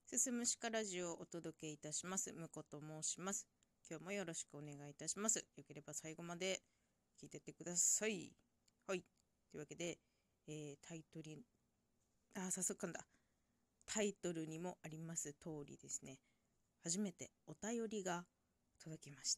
すすむしかラジオをお届けいたします。むこと申します。今日もよろしくお願いいたします。よければ最後まで聞いてってください。はい。というわけで、タイトル、早速噛んだ。タイトルにもあります通りですね。初めてお便りが届きました。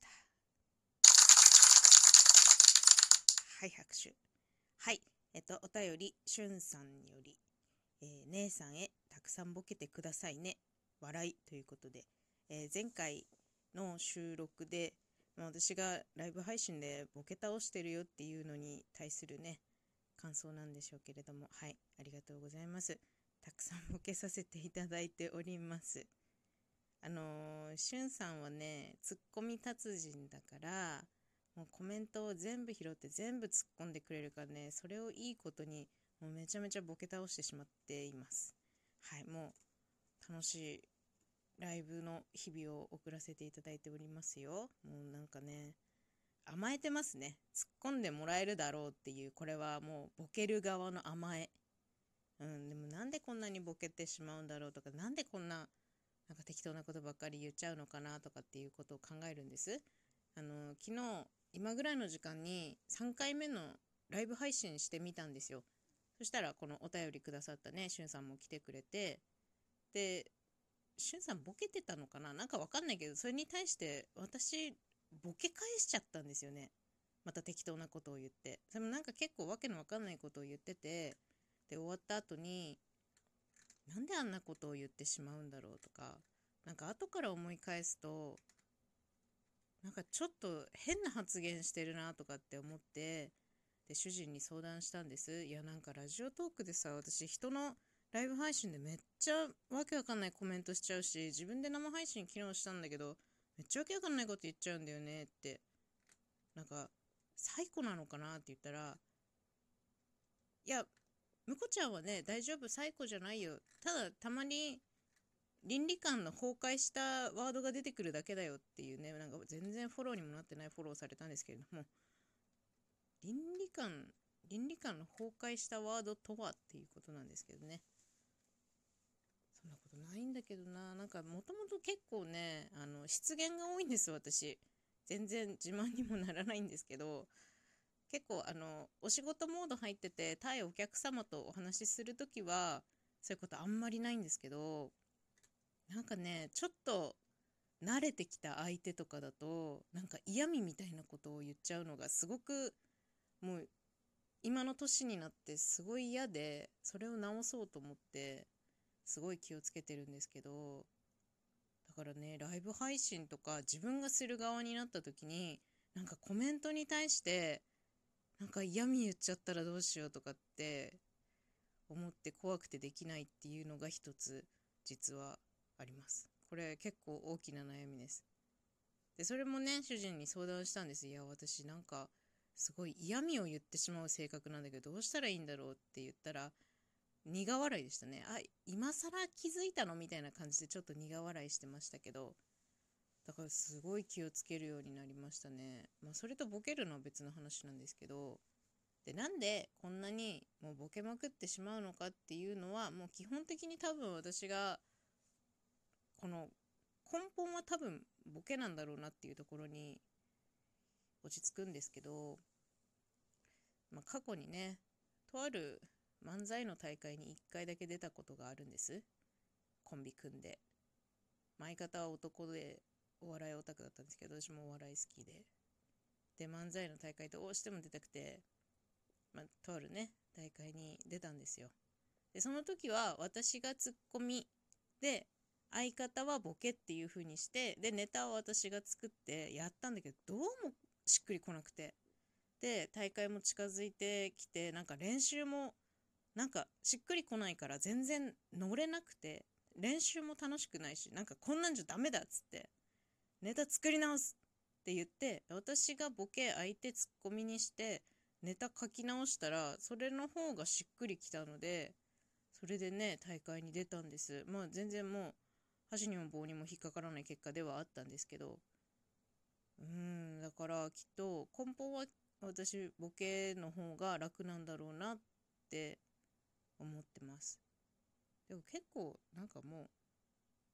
はい、拍手。はい。お便り、しゅんさんにより、姉さんへたくさんボケてくださいね。笑いということで、前回の収録で、私がライブ配信でボケ倒してるよっていうのに対するね、感想なんでしょうけれども、はい、ありがとうございます。たくさんボケさせていただいております。しゅんさんはね、ツッコミ達人だから、もうコメントを全部拾って全部突っ込んでくれるからね、それをいいことに、もうめちゃめちゃボケ倒してしまっています。はい、もう楽しいライブの日々を送らせていただいておりますよ。もうなんかね、甘えてますね。突っ込んでもらえるだろうっていう、これはもうボケる側の甘え。でもなんでこんなにボケてしまうんだろうとか、なんでこんななんか適当なことばっかり言っちゃうのかなとかっていうことを考えるんです。昨日、今ぐらいの時間に3回目のライブ配信してみたんですよ。そしたら、このお便りくださったね、しゅんさんも来てくれて、で、しゅんさんボケてたのかななんかわかんないけど、それに対して私、ボケ返しちゃったんですよね。また適当なことを言って。それもなんか結構わけのわかんないことを言ってて、で、終わった後に、なんであんなことを言ってしまうんだろうとか、なんか後から思い返すと、なんかちょっと変な発言してるなとかって思って、で、主人に相談したんです。いや、なんかラジオトークでさ、私人のライブ配信でめっちゃわけわかんないコメントしちゃうし、自分で生配信昨日したんだけど、めっちゃわけわかんないこと言っちゃうんだよねって、なんか、サイコなのかなって言ったら、いや、むこちゃんはね、大丈夫、サイコじゃないよ。ただ、たまに倫理観の崩壊したワードが出てくるだけだよっていうね、なんか全然フォローにもなってないフォローされたんですけれども、倫理観、倫理観の崩壊したワードとはっていうことなんですけどね。そんなことないんだけどな。なんかもともと結構ね、失言が多いんです、私。全然自慢にもならないんですけど、結構お仕事モード入ってて、対お客様とお話しするときは、そういうことあんまりないんですけど、なんかね、ちょっと慣れてきた相手とかだとなんか嫌味みたいなことを言っちゃうのがすごくもう今の年になってすごい嫌で、それを直そうと思ってすごい気をつけてるんですけど、だからね、ライブ配信とか自分がする側になった時になんかコメントに対してなんか嫌味言っちゃったらどうしようとかって思って怖くてできないっていうのが一つ実はあります。これ結構大きな悩みです。で、それもね、主人に相談したんです。いや、私なんか、すごい嫌味を言ってしまう性格なんだけど、どうしたらいいんだろうって言ったら、苦笑いでしたね。あ、今更気づいたのみたいな感じでちょっと苦笑いしてましたけど、だからすごい気をつけるようになりましたね。まあ、それとボケるのは別の話なんですけど、で、なんでこんなにもうボケまくってしまうのかっていうのは、もう基本的に多分私が、この根本は多分ボケなんだろうなっていうところに落ち着くんですけど、過去にね、とある漫才の大会に1回だけ出たことがあるんです。コンビ組んで。相方は男でお笑いオタクだったんですけど、私もお笑い好きで。で、漫才の大会どうしても出たくて、とあるね、大会に出たんですよ。で、その時は私がツッコミで、相方はボケっていう風にして、で、ネタを私が作ってやったんだけど、どうもしっくりこなくて。で、大会も近づいてきて、なんか練習もなんかしっくりこないから全然乗れなくて、練習も楽しくないし、なんかこんなんじゃダメだっつって、ネタ作り直すって言って、私がボケ相手ツッコミにしてネタ書き直したら、それの方がしっくりきたので、それでね、大会に出たんです。全然もう箸にも棒にも引っかからない結果ではあったんですけど、だからきっと根本は私ボケの方が楽なんだろうなって思ってます。でも結構なんかもう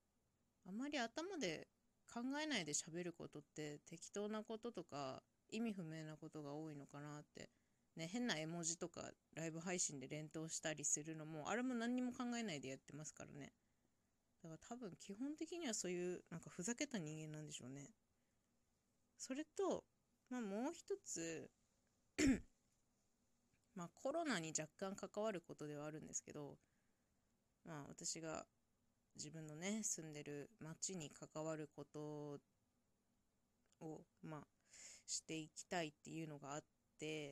あんまり頭で考えないで喋ることって適当なこととか意味不明なことが多いのかなって。ね、変な絵文字とかライブ配信で連投したりするのも、あれも何にも考えないでやってますからね。だから多分基本的にはそういうなんかふざけた人間なんでしょうね。それと、まあもう一つ、まあコロナに若干関わることではあるんですけど、まあ私が自分のね、住んでる町に関わることを、まあしていきたいっていうのがあって、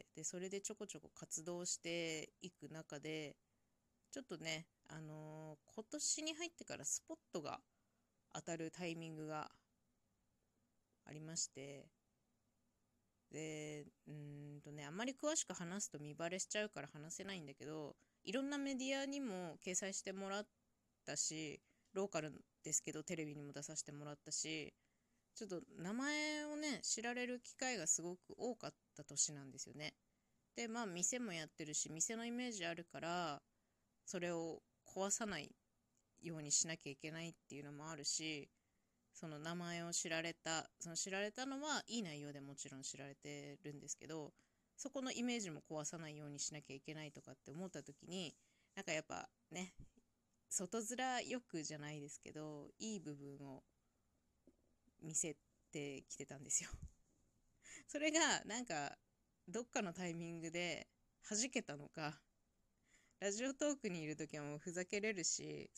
で、それでちょこちょこ活動していく中で、ちょっとね、今年に入ってからスポットが当たるタイミングがありまして、で、あんまり詳しく話すと見バレしちゃうから話せないんだけど、いろんなメディアにも掲載してもらったし、ローカルですけどテレビにも出させてもらったし、ちょっと名前をね、知られる機会がすごく多かった年なんですよね。で、まあ店もやってるし、店のイメージあるから、それを壊さないようにしなきゃいけないっていうのもあるし、その名前を知られた、その知られたのはいい内容でもちろん知られてるんですけど、そこのイメージも壊さないようにしなきゃいけないとかって思った時に、なんかやっぱね、外面よくじゃないですけど、いい部分を見せてきてたんですよ。それがなんかどっかのタイミングで弾けたのか、ラジオトークにいる時はもうふざけれるし、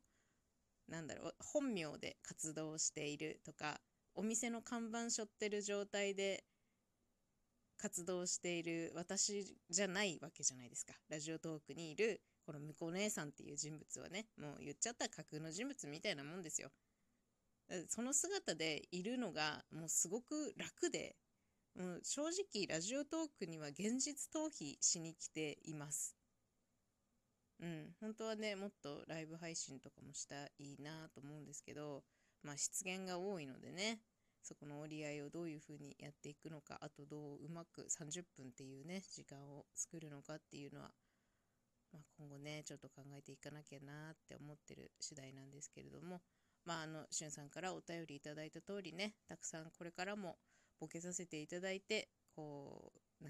本名で活動しているとか、お店の看板背負ってる状態で活動している私じゃないわけじゃないですか。ラジオトークにいるこの向こう姉さんっていう人物はね、もう言っちゃったら架空の人物みたいなもんですよ。その姿でいるのがもうすごく楽で、もう正直ラジオトークには現実逃避しに来ています。本当はね、もっとライブ配信とかもしたいなと思うんですけど、まあ失言が多いのでね、そこの折り合いをどういうふうにやっていくのか、あとどううまく30分っていうね、時間を作るのかっていうのは、まあ、今後ね、ちょっと考えていかなきゃなって思ってる次第なんですけれども、まあしゅんさんからお便りいただいた通りね、たくさんこれからもボケさせていただいて、こう、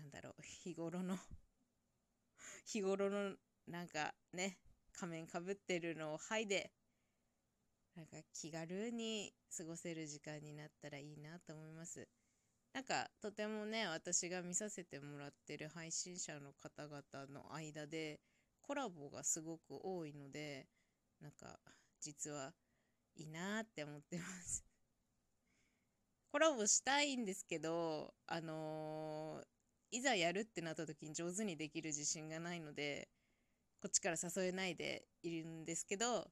日頃のなんかね、仮面かぶってるのを剥いで、なんか気軽に過ごせる時間になったらいいなと思います。なんかとてもね、私が見させてもらってる配信者の方々の間でコラボがすごく多いので、なんか実はいいなって思ってます。コラボしたいんですけど、いざやるってなった時に上手にできる自信がないので、こっちから誘えないでいるんですけど、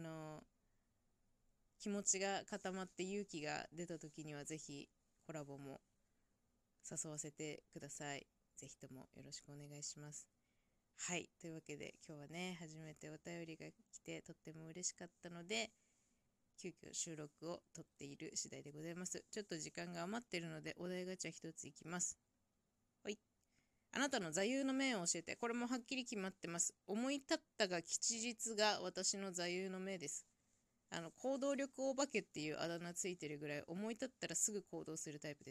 気持ちが固まって勇気が出た時にはぜひコラボも誘わせてください。ぜひともよろしくお願いします。はい。というわけで今日はね、初めてお便りが来てとっても嬉しかったので、急遽収録を撮っている次第でございます。ちょっと時間が余っているのでお題ガチャ一ついきます。はい。あなたの座右の銘を教えて。これもはっきり決まってます。思い立ったが吉日が私の座右の銘です。行動力お化けっていうあだ名ついてるぐらい思い立ったらすぐ行動するタイプです。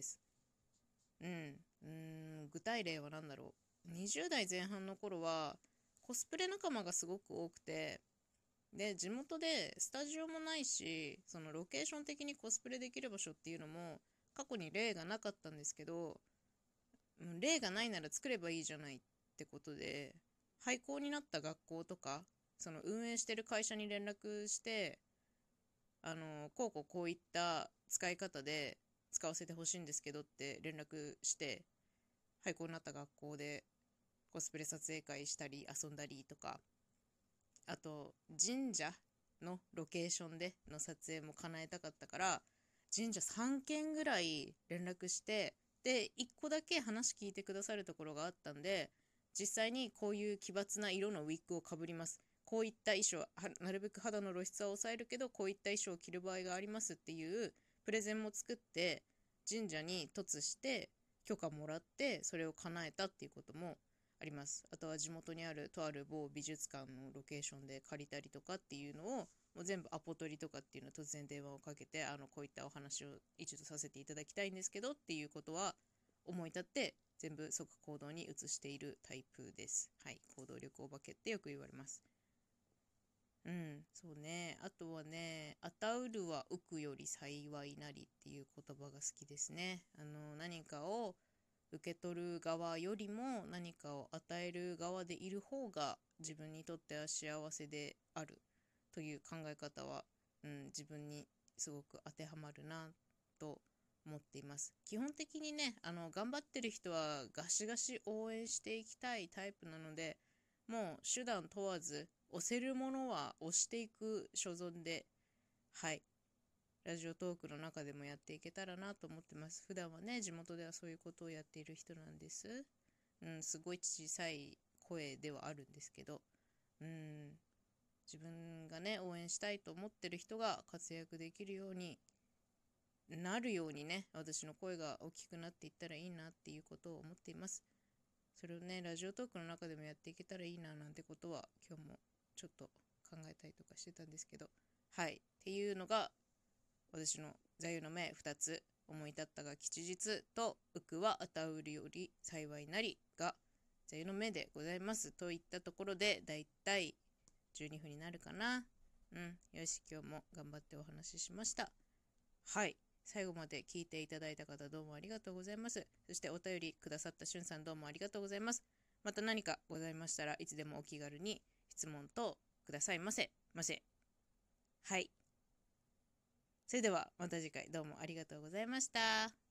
具体例は何だろう。20代前半の頃はコスプレ仲間がすごく多くて、で、地元でスタジオもないし、そのロケーション的にコスプレできる場所っていうのも過去に例がなかったんですけど、例がないなら作ればいいじゃないってことで、廃校になった学校とか、その運営してる会社に連絡して、こういった使い方で使わせてほしいんですけどって連絡して、廃校になった学校でコスプレ撮影会したり遊んだりとか、あと神社のロケーションでの撮影も叶えたかったから、神社3件ぐらい連絡して、で、1個だけ話聞いてくださるところがあったんで、実際にこういう奇抜な色のウィッグをかぶります。こういった衣装、なるべく肌の露出は抑えるけど、こういった衣装を着る場合がありますっていうプレゼンも作って、神社に突して許可もらって、それを叶えたっていうこともああります。あとは地元にあるとある某美術館のロケーションで借りたりとかっていうのを、もう全部アポ取りとかっていうのを突然電話をかけて、こういったお話を一度させていただきたいんですけどっていうことは思い立って全部即行動に移しているタイプです。はい、行動力お化けってよく言われます。うん、そうね。あとはね、あたうるは浮くより幸いなりっていう言葉が好きですね。何かを受け取る側よりも何かを与える側でいる方が自分にとっては幸せであるという考え方は、自分にすごく当てはまるなと思っています。基本的にね、頑張ってる人はガシガシ応援していきたいタイプなので、もう手段問わず押せるものは押していく所存で、はい、ラジオトークの中でもやっていけたらなと思ってます。普段はね、地元ではそういうことをやっている人なんです。すごい小さい声ではあるんですけど、自分がね、応援したいと思ってる人が活躍できるようになるようにね、私の声が大きくなっていったらいいなっていうことを思っています。それをね、ラジオトークの中でもやっていけたらいいななんてことは今日もちょっと考えたりとかしてたんですけど、はい。っていうのが私の座右の銘2つ、思い立ったが吉日と浮くはあたうるより幸いなりが座右の銘でございますといったところで、だいたい12分になるかな。よし、今日も頑張ってお話ししました。はい。最後まで聞いていただいた方どうもありがとうございます。そしてお便りくださったしゅんさんどうもありがとうございます。また何かございましたらいつでもお気軽に質問等くださいませ。はい。それではまた次回どうもありがとうございました。